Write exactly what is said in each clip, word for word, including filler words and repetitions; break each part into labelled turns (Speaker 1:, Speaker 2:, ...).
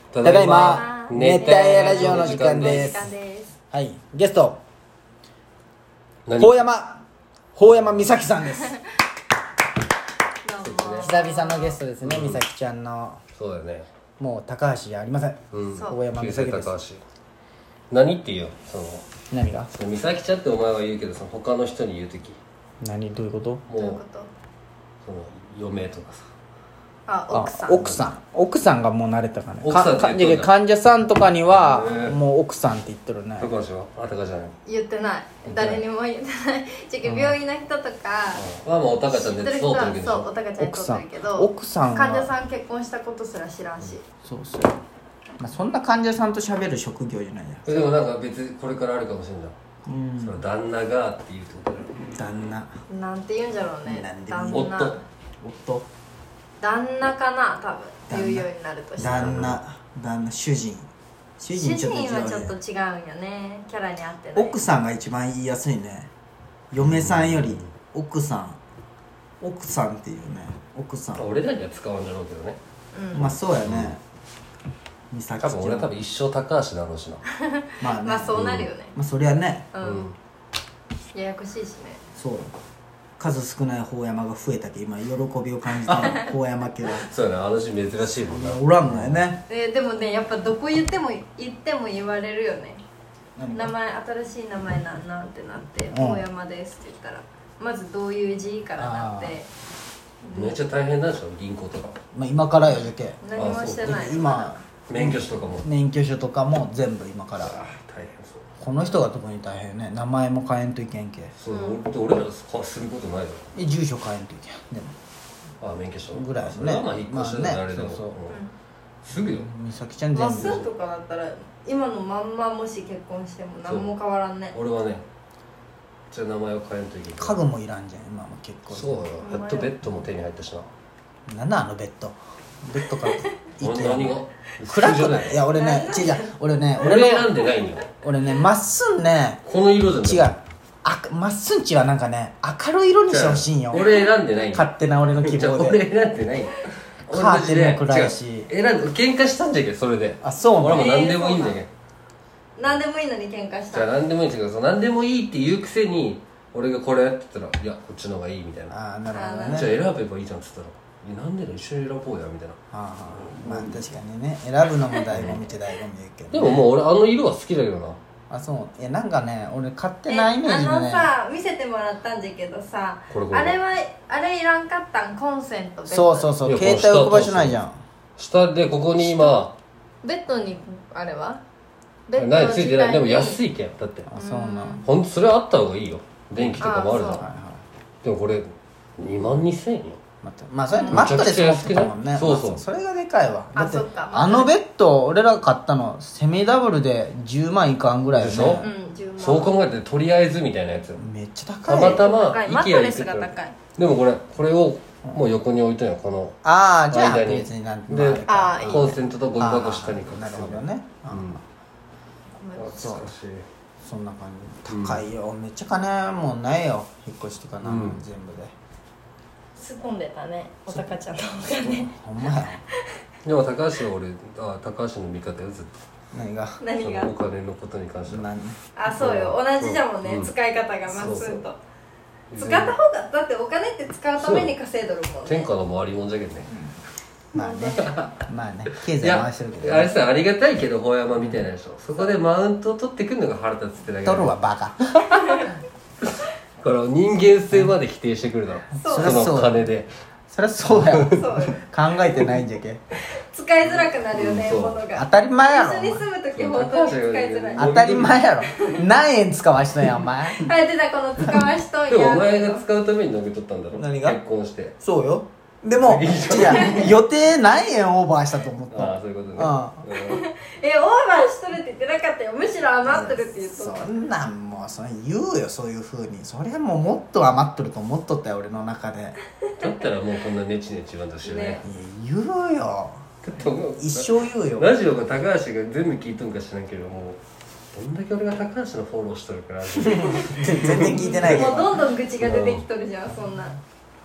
Speaker 1: ただいま熱帯夜ラジオの時間です。はい、ゲスト法山法山美咲さんです。久々のゲストですね、美咲ちゃんの。
Speaker 2: そうだよね。
Speaker 1: もう高橋じゃありません。法山美咲です。
Speaker 2: 何って言うよ、その
Speaker 1: 何が
Speaker 2: 美咲ちゃんってお前は言うけど、その他の人に言うとき
Speaker 1: 何どういうこと？もうその
Speaker 2: 嫁とかさ、
Speaker 3: あ、奥さん
Speaker 1: 奥さん奥さんがもう慣れたかね。
Speaker 2: 奥さんって言っとんだ。
Speaker 1: 患者さんとかにはもう奥さんって言ってるね。
Speaker 2: 高橋はあ、高橋じゃない、
Speaker 3: 言ってない、誰にも言ってない。じゃ病院の人とか
Speaker 2: はもうおたかちゃんで通ってるけど、
Speaker 3: そうおたかちゃんで通ってるけど、
Speaker 1: 奥さん
Speaker 3: 患者さん結婚したことすら知らんし、
Speaker 1: そうそう、まあ、そんな患者さんと喋る職業じゃないや。
Speaker 2: でもなんか別にこれからあるかもしれんじゃん、うん、その旦那がって言うってことだよ。
Speaker 1: 旦那
Speaker 3: なんて言うんじゃろうね。旦那
Speaker 2: 夫
Speaker 1: 夫
Speaker 3: 旦那かな、多分言うようになるとしたら
Speaker 1: 旦那旦那主人
Speaker 3: 主人, 主人はちょっと違うんよね、キャラに合ってない。
Speaker 1: 奥さんが一番言いやすいね。嫁さんより奥さん、奥さんっていうね、奥さん。
Speaker 2: 俺らには使わんだろうけどね、
Speaker 1: うん、まあそうやね、
Speaker 2: うん、多分俺は多分一生高橋だろうしな
Speaker 1: まあね、
Speaker 3: まあそうなるよね、
Speaker 1: うん、まあそりゃね、
Speaker 3: うん、うん、ややこしいしね。
Speaker 1: そう、数少ない法山が増えたけ今喜びを感じたの法山家は。
Speaker 2: そうやな、あの人珍しいもんな。
Speaker 1: おらんのよね。
Speaker 3: で, でもね、やっぱどこ言っても言っても言われるよね。名前、新しい名前なんなんってなって法山ですって言ったら、まずどういう字からなって、
Speaker 2: めっちゃ大変なんでしょ、銀行とか。
Speaker 1: まあ今からよ、じゃけ
Speaker 3: 何もしてない。
Speaker 1: 今
Speaker 2: 免許証とかも
Speaker 1: 免許証とかも全部今から。
Speaker 2: 大変そう。
Speaker 1: この人が特に大変ね。名前も変えんといけんけ。
Speaker 2: そう、うん、俺らすることないだろ。
Speaker 1: え、住所変えんといけん。でも
Speaker 2: あ、免許証
Speaker 1: ぐらいね。
Speaker 2: それはまあ引っ越したら誰でも、
Speaker 1: そうそう、うん、
Speaker 2: すぐよ。
Speaker 1: 美咲ちゃん全部。
Speaker 3: まっすんとかだったら今のまんまもし結婚しても何も変わらんね。
Speaker 2: 俺はね、じゃあ名前を変えんといけない。
Speaker 1: 家具もいらんじゃん今も結婚。
Speaker 2: そうよ、やっとベッドも手に入ったしな。
Speaker 1: なんだあのベッドベッドから
Speaker 2: 何が
Speaker 1: 暗くない？いや俺ね、違う違う、俺ね、
Speaker 2: 俺選んでないんよ。
Speaker 1: 俺ね、まっすんね、
Speaker 2: この色じゃない。
Speaker 1: 違う、あ、まっすんちはなんかね、明るい色にしてほしいんよ。
Speaker 2: 俺選んでないんよ。
Speaker 1: 勝手な俺の希望で。
Speaker 2: 俺選んでないんよ。
Speaker 1: カーテンも暗いし。
Speaker 2: 選んで喧嘩したんじゃけど、それで。
Speaker 1: あ、そう
Speaker 2: 俺も何でもいいんだけど。
Speaker 3: 何でもいいのに喧嘩した。
Speaker 2: じゃあ何でもいいんだけど、何でもいいって言うくせに俺がこれって言ったら、いやこっちの方がいいみたいな。
Speaker 1: ああ、なるほどね。
Speaker 2: じゃあ選べばいいじゃんって言ったら、なんでだ、一緒に選ぼうやみたいな。
Speaker 1: ああ、まあ確かにね、選ぶのも醍醐味って醍醐味やけど、ね、
Speaker 2: でももう俺あの色は好きだけどな。
Speaker 1: あ、そう。いやなんかね、俺勝手なイメージでね、
Speaker 3: あのさ、見せてもらったんじゃけどさ、これこれあれはあれいらんかったん、コンセント。
Speaker 1: そうそうそう、携帯置く場所ないじゃん。
Speaker 2: 下でここに今
Speaker 3: ベッドにあれは
Speaker 2: ベッドについてない。でも安いけんだって。
Speaker 1: あ、そうなん。
Speaker 2: ほんとそれはあった方がいいよ。電気とかもあるじゃん。
Speaker 1: はいはい、
Speaker 2: でもこれにまんにせんえんよ。
Speaker 1: まあそれマットレス持ってたもんね。
Speaker 2: そうそう、
Speaker 1: まあ、それがでかいわ。だって
Speaker 3: あ,
Speaker 1: あのベッド俺ら買ったのセミダブルでじゅうまんいかんぐらいよね。
Speaker 2: でしょ、うん、じゅうまん。そう考えてとりあえずみたいなやつ
Speaker 1: めっちゃ高い。
Speaker 2: たまたま
Speaker 3: マットレスが高い。
Speaker 2: でもこれこれをもう横に置いたよ、この
Speaker 1: ああ、じゃあ別になんて
Speaker 2: でコンセントとゴミ箱下に。
Speaker 1: なるほどね。
Speaker 2: うん、そう、
Speaker 1: そんな感じ。高いよ、めっちゃ金もうないよ、引っ越しとかな、うん、全部で
Speaker 3: 突っ込んでたね、おたかちゃんのお金。
Speaker 1: ほんまや。
Speaker 2: でも高橋は俺、あ、高橋の味方よ、ずっと。
Speaker 1: 何が
Speaker 3: 何が
Speaker 2: お金のことに関しては。
Speaker 3: 何？あ、そうよ、同じじゃもんね、うん、使い方がまっすんと。そうそう、使った方が、だってお金って使うために稼いどるもんね。
Speaker 2: 天下の回りもんじゃけどね、
Speaker 1: うん、まあねまあね、経済回してるけど、ね、
Speaker 2: あれさ、ありがたいけど法山みたいなでしょ、そこでマウントを取ってくるのが腹立つってだけだ。
Speaker 1: 取るわバカ
Speaker 2: この人間性まで否定してくるだろ、その金で。
Speaker 1: そりゃそうや考えてないんじゃけ。
Speaker 3: 使いづらくなるよね、うん、物が。
Speaker 1: 当たり前やろ。
Speaker 3: 一緒に住むとき本当に使いづらい。
Speaker 1: 当たり前やろ。何円使わしとんやお前。
Speaker 3: あれでだ、この使わしとんや。
Speaker 2: でもお前が使うために飲み取ったんだろ。
Speaker 1: 何が？
Speaker 2: 結婚して。
Speaker 1: そうよ。でも、違う、予定何円オーバーしたと思った。
Speaker 2: ああ、そういうことね。うん、
Speaker 3: え、オーバーしとるって言ってなかったよ。むしろ余ってるって言っとった。
Speaker 1: そんなんもうそれ言うよ、そういう風に。それはもうもっと余っとると思っとったよ、俺の中で。
Speaker 2: だったらもうこんなネチネチ言わんとしようね。
Speaker 1: ね、言うよ。一生言うよ。
Speaker 2: ラジオが高橋が全部聞いとんか知らんけども、どんだけ俺が高橋のフォローしとるから全
Speaker 1: 然聞いてないけど。
Speaker 3: もうどんどん愚痴が出てきとるじゃん、そんな。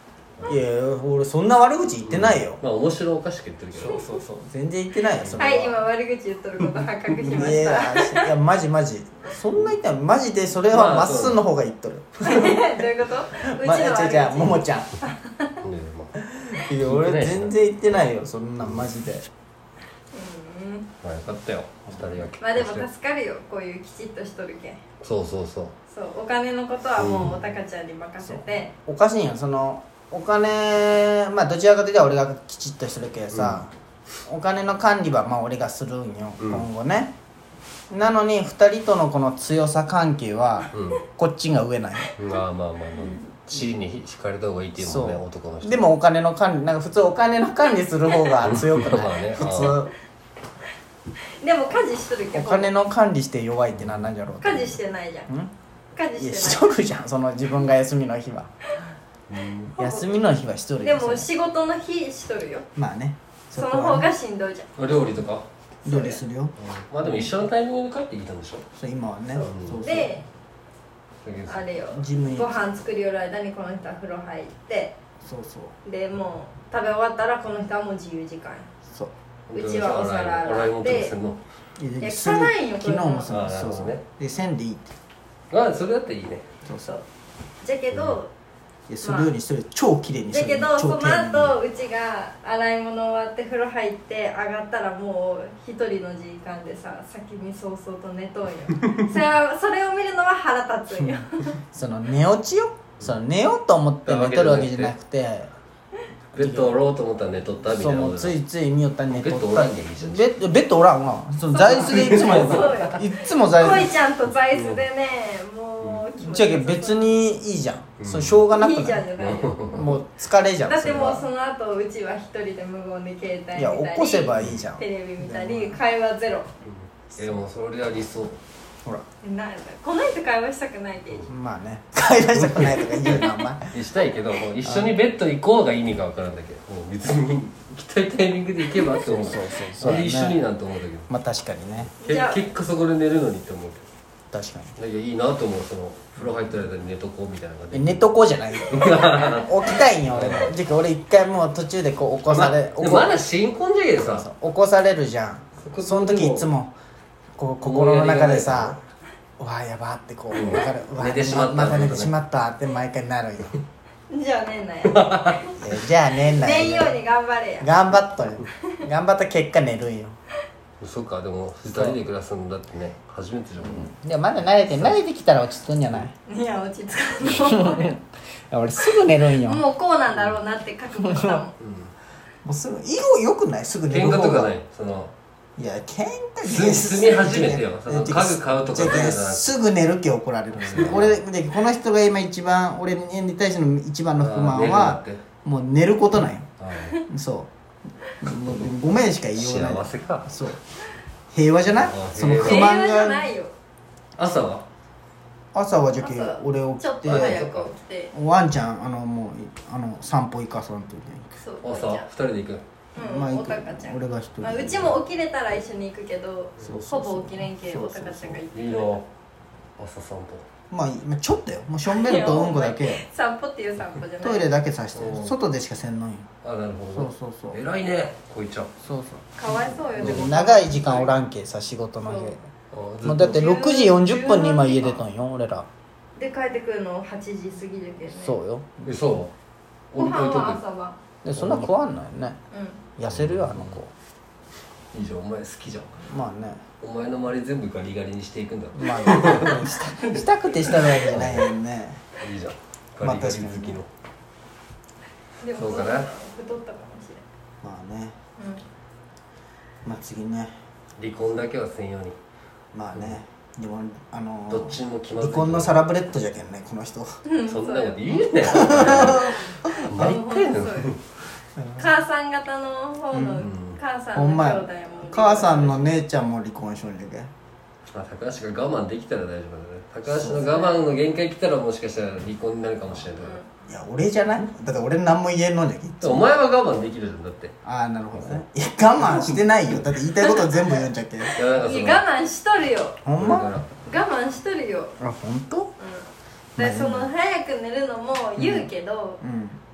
Speaker 1: いや俺そんな悪口言ってないよ、
Speaker 2: まあ面白おかしく言ってるけど、
Speaker 1: そうそうそう全然言ってないよそれは。
Speaker 3: はい今悪口言っとること発覚しま
Speaker 1: い
Speaker 3: した
Speaker 1: やいやマジマジそんな言ったらマジでそれはまっすんの方が言っとる、
Speaker 3: どういうことうちの
Speaker 1: まあ、違う違う
Speaker 3: 悪
Speaker 1: ももちゃん
Speaker 2: ねまあ
Speaker 1: いや俺全然言ってないよそんなマジで。
Speaker 3: 口うん
Speaker 2: まあよかったよふたりが結
Speaker 3: まあでも
Speaker 2: 婚して
Speaker 3: 助かるよこういうきちっとしとるけん。
Speaker 2: そうそうそう
Speaker 3: そうお金のことはもうおたかちゃんに任せて、
Speaker 1: おかしいんやそのお金まあどちらかというと俺がきちっとしてるけどさ、お金の管理はまあ俺がするんよ、
Speaker 2: うん
Speaker 1: 今後ね。なのにふたりとのこの強さ関係はこっちが上なんよ、
Speaker 2: うんまあまあまあまあ尻に引かれた方がいいっていうもんね男の人
Speaker 1: でもお金の管理なんか普通お金の管理する方が強くない、
Speaker 2: まあね
Speaker 1: 普通
Speaker 3: でも家事しとるけど
Speaker 1: お金の管理して弱いってなんなんじゃろうって
Speaker 3: 家事してないじゃん
Speaker 1: ん
Speaker 3: 家事
Speaker 1: いや
Speaker 3: しない
Speaker 1: してとるじゃんその自分が休みの日は休みの日はしとるよ
Speaker 3: でも仕事の日しとるよ
Speaker 1: まあね
Speaker 3: その
Speaker 1: こはね
Speaker 3: 方がしんどいじゃん。
Speaker 2: 料理とか
Speaker 1: 料理するよ
Speaker 2: まあでも一緒のタイミングで帰ってきたんでしょ
Speaker 1: そう今はね
Speaker 2: うん
Speaker 1: そうそう
Speaker 3: で
Speaker 2: だけど
Speaker 3: あれよ
Speaker 1: ジムに
Speaker 3: ご飯作りよる間にこの人は風呂入って
Speaker 1: そうそう
Speaker 3: でもう食べ終わったらこの人はもう自由時間
Speaker 1: そう
Speaker 3: うちはお皿洗って
Speaker 2: 洗い物とかすんの
Speaker 1: い
Speaker 3: いや
Speaker 1: する
Speaker 3: 汚いよ
Speaker 1: 昨日もそう
Speaker 2: あーなる
Speaker 1: そうそう
Speaker 2: ほどね
Speaker 1: でせんでいいって
Speaker 2: ああそれだったらいいね
Speaker 1: そうそう
Speaker 3: じゃけど、
Speaker 1: いやするようにしてる超綺麗にする
Speaker 3: だけどその
Speaker 1: 超丁寧に
Speaker 3: 後うちが洗い物終わって風呂入って上がったらもう一人の時間でさ先に早々と寝とんよそれはそれを見るのは腹立つんよ
Speaker 1: その寝落ちよその寝ようと思って寝とるわけじゃなくて
Speaker 2: ベッドおろうと思ったら寝とったみた
Speaker 1: そ
Speaker 2: いうなことだ
Speaker 1: もうついつい見よったら寝とった
Speaker 2: ベッドおらんねんいいじゃん
Speaker 1: ベッドベッドおらんわその座椅子でいつもや
Speaker 3: そうよ
Speaker 1: いっつも座椅
Speaker 3: 恋ちゃんと座椅子でねもう気持
Speaker 1: 子じゃけ別にいいじゃん、それしょうがなくない
Speaker 3: いいじゃんじゃないよ
Speaker 1: もう疲れじゃん
Speaker 3: だってもう
Speaker 1: そ
Speaker 3: その後うちは一人で無言で携帯見たり
Speaker 1: いや起こせばいいじゃん
Speaker 3: テレビ見たり会話ゼロ
Speaker 2: えでもそれは理想
Speaker 1: れはほら
Speaker 3: なんだこの人会話したくないって言うじ
Speaker 1: まあね会話したくないとか言うなお前
Speaker 2: したいけどもう一緒にベッド行こうが意味が分からんだけどもう別に行きたいタイミングで行けばって思う
Speaker 1: そうそうそう
Speaker 2: なんで一緒になんて思うんだけど
Speaker 1: まあ確かにね
Speaker 2: け
Speaker 3: じゃあ
Speaker 2: 結果そこで寝るのにって思う
Speaker 1: 確か
Speaker 2: けどいやいいなと思うその風呂入ってる間に寝とこうみたいな感じ
Speaker 1: に寝とこうじゃないよ起きたいんよ俺じゃけ俺一回もう途中でこう起こされ、
Speaker 2: までもまだ新婚じゃけどさ
Speaker 1: 起こされるじゃん
Speaker 2: そ
Speaker 1: その時いつもこう心の中でさうわやばってこう分かるうわ
Speaker 2: 寝てしまった
Speaker 1: また寝てしまったって毎回なるよ
Speaker 3: ゃんじゃあ寝んなや
Speaker 1: えじゃあ寝んな
Speaker 3: 寝んように頑張れや
Speaker 1: 頑張っとよ頑張った結果寝るんよ
Speaker 2: そっかでもふたりで暮らすんだってね初めてじゃん、
Speaker 1: でもまだ慣れて慣れてきたら落ち着くんじゃない
Speaker 3: いや落ち着かんの
Speaker 1: いや俺すぐ寝るんよも
Speaker 3: もうこうなんだろうなって覚悟したもん
Speaker 1: うすぐ以後よくないすぐ寝る
Speaker 2: 喧
Speaker 1: 方が
Speaker 2: 嘩とかないその
Speaker 1: いや喧嘩
Speaker 2: 住住み始めてよその家具買うとか
Speaker 1: じゃあ
Speaker 2: じゃなくて
Speaker 1: すぐ寝る気怒られるんですよ俺でこの人が今一番俺に対しての一番の不満は
Speaker 2: あー寝る
Speaker 1: もう寝ることなんよ
Speaker 2: あ
Speaker 1: そうもうごめんしか言いようがない
Speaker 2: 幸せか
Speaker 1: そう平和じゃない
Speaker 2: あ
Speaker 1: その不
Speaker 3: 平
Speaker 1: 満
Speaker 3: 和じゃな
Speaker 1: が
Speaker 3: いよ
Speaker 2: 朝は
Speaker 1: 朝はじゃけ
Speaker 3: 朝
Speaker 1: 俺起
Speaker 3: ちょっ
Speaker 1: きて
Speaker 3: と早く起きて
Speaker 1: ワンちゃんあのもうあの散歩行かさんとい
Speaker 3: そう
Speaker 2: 朝ふたりで行く
Speaker 3: うん、
Speaker 1: まあ行く
Speaker 3: おたかちゃん
Speaker 1: 俺が一人
Speaker 3: まあ、うちも起きれたら一緒に行くけど
Speaker 1: そうそうそう
Speaker 3: ほぼ起きれんけおたかちゃんが行って
Speaker 2: いいな朝散歩
Speaker 1: まあまあちょっとよもうしょんべるとうんこだけ
Speaker 3: 散歩っていう散歩じゃない
Speaker 1: トイレだけさして
Speaker 2: うん
Speaker 1: 外でしかせんのんよ
Speaker 2: あなるほど
Speaker 1: そうそうそう
Speaker 2: 偉いねこいちゃん
Speaker 1: そう
Speaker 3: かわいそうよでも
Speaker 1: 長い時間おらんけさ仕事の日
Speaker 3: そう
Speaker 2: あ
Speaker 1: もうだってろくじよんじゅっぷんに今家出とんよ俺ら
Speaker 3: で帰ってくるのはちじ過ぎだけどね
Speaker 1: そうよ
Speaker 2: えそう
Speaker 3: ご飯
Speaker 2: 置いとい
Speaker 3: は朝は
Speaker 1: でそんな食わんのよね
Speaker 3: う
Speaker 1: 痩せるよあの子
Speaker 2: ていいじゃんお前好きじゃん
Speaker 1: まあね
Speaker 2: お前の周り全部ガリガリにしていくんだ
Speaker 1: まあしたしたくてしたわけじゃないよね
Speaker 2: いいじゃん
Speaker 1: まあ
Speaker 2: ガリガリ好
Speaker 1: 確かにね
Speaker 2: きの
Speaker 3: んでも
Speaker 2: そうかな
Speaker 3: 太ったかもし
Speaker 1: まあね
Speaker 3: れん、うん
Speaker 1: まあ次ね
Speaker 2: 離婚だけはせんように
Speaker 1: まあねでもあの
Speaker 2: どっちも気まずい
Speaker 1: 離婚のサラブレッドじゃけんねこの人
Speaker 3: うん
Speaker 2: そんな
Speaker 3: そうよ
Speaker 2: こと言うなよ毎回の
Speaker 3: そうよ母さん方の方の
Speaker 2: うん
Speaker 3: 母さんの
Speaker 1: ほんまや
Speaker 3: 兄弟も
Speaker 1: 母さんの姉ちゃんも離婚しょんじゃけん
Speaker 2: まあ高橋が我慢できたら大丈夫だね高橋の我慢の限界来たらもしかしたら離婚になるかもしれない
Speaker 1: いや俺じゃないだって俺何も言えんのじゃけん
Speaker 2: お前は我慢できるじゃんだって
Speaker 1: ああなるほどねいや我慢してないよだって言いたいこと全部言うんじゃけん
Speaker 2: いやなんかその
Speaker 3: いや我慢しとるよ
Speaker 1: ほん
Speaker 2: これから
Speaker 1: ま
Speaker 3: 我慢しとるよ
Speaker 1: あ本当
Speaker 3: うんでその早く寝るのも言うけど、
Speaker 1: うん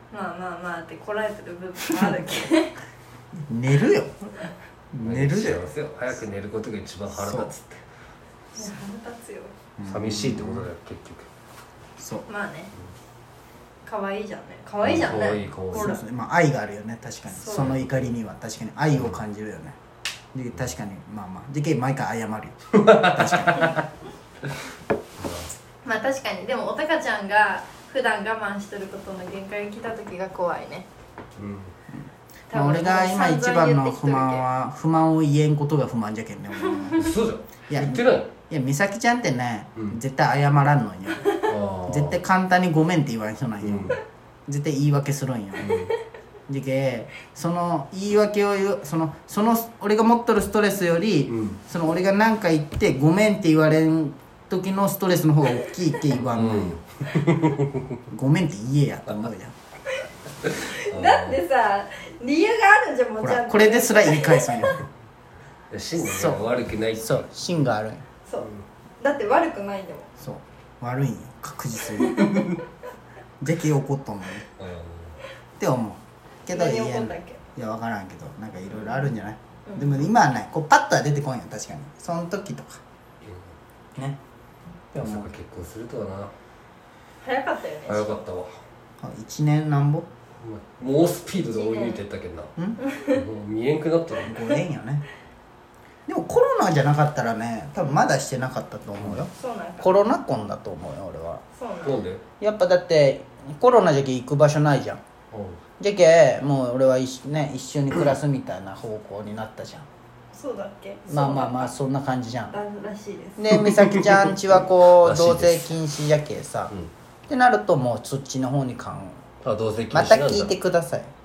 Speaker 3: まあまあまあってこらえてる部分もあるけど
Speaker 1: 寝るよ寝るで
Speaker 2: 幸せよ。早く寝ることが一番腹立つって。
Speaker 3: いや腹立つよ。
Speaker 2: 寂しいってことだよ結局。
Speaker 1: そう
Speaker 3: まあね可愛いじゃんね可愛いじゃんね、
Speaker 2: 可愛い可愛い
Speaker 1: そうですね、まあ愛があるよね確かに。
Speaker 3: そう
Speaker 1: その怒りには確かに愛を感じるよね。で確かにまあまあでけ毎回謝るよ確か
Speaker 3: まあ確かにでもおたかちゃんが普段我慢してることの限界が来た時が怖いね。
Speaker 2: うん。
Speaker 1: に、まあ、俺が今一番の不満は不満を言えんことが不満じゃけんね俺は
Speaker 2: そうじゃん。
Speaker 1: いや
Speaker 2: 言ってない。
Speaker 1: いや美咲ちゃんってね、
Speaker 2: うん
Speaker 1: 絶対謝らんのんよ。
Speaker 2: あー
Speaker 1: 絶対簡単にごめんって言わん人なんよ、
Speaker 2: うん
Speaker 1: 絶対言い訳するんよ、じけその言い訳を言うそのその俺が持っとるストレスより、
Speaker 2: うん
Speaker 1: その俺が何か言ってごめんって言われん時のストレスの方が大きいって言わんのよ、ごめんって言えやと思うじゃん。
Speaker 3: だってさ理由があるじゃんもう
Speaker 1: ほ
Speaker 3: ちゃんと
Speaker 1: らこれですら言い返すんよ。
Speaker 2: いや真
Speaker 1: そう
Speaker 2: が悪くないって
Speaker 1: そう芯があるんよ。
Speaker 3: そうだって悪くないんだもん。
Speaker 1: そう悪いんよ確実にじゃけ怒っとんのよ
Speaker 2: うん
Speaker 1: って思うけど
Speaker 3: 何
Speaker 1: 言えん
Speaker 3: 怒ったっけ。
Speaker 1: いや分からんけどなんかいろいろあるんじゃない、
Speaker 3: うん
Speaker 1: でも今はないこうパッとは出てこんよ確かにその時とかねって思う
Speaker 2: まさか結婚するとはな。
Speaker 3: 早かったよね。
Speaker 2: 早かったわ。
Speaker 1: いちねんなんぼ
Speaker 2: 猛スピードで追い抜いてったけどな。
Speaker 1: ん
Speaker 2: もう見えんくなったの。
Speaker 1: ごねんよねでもコロナじゃなかったらね多分まだしてなかったと思うよ。
Speaker 3: そうなんか。
Speaker 1: コロナ婚だと思うよ俺は。
Speaker 3: そうなん
Speaker 2: なんで？
Speaker 1: やっぱだってコロナじゃけ行く場所ないじゃん。じゃけもう俺は一,、ね、一緒に暮らすみたいな方向になったじゃん。
Speaker 3: そうだっけ。
Speaker 1: まあまあまあ
Speaker 3: そ
Speaker 1: そんな感じじゃん。
Speaker 3: うだらしいです。
Speaker 1: で美咲ちゃんちはこう
Speaker 2: らしい
Speaker 1: 同
Speaker 2: です
Speaker 1: 棲禁止じゃけさ、
Speaker 2: うん
Speaker 1: ってなるともうそっちの方にかん
Speaker 2: あ、同棲禁止
Speaker 1: ま
Speaker 2: なんだ。
Speaker 1: た聞いてください。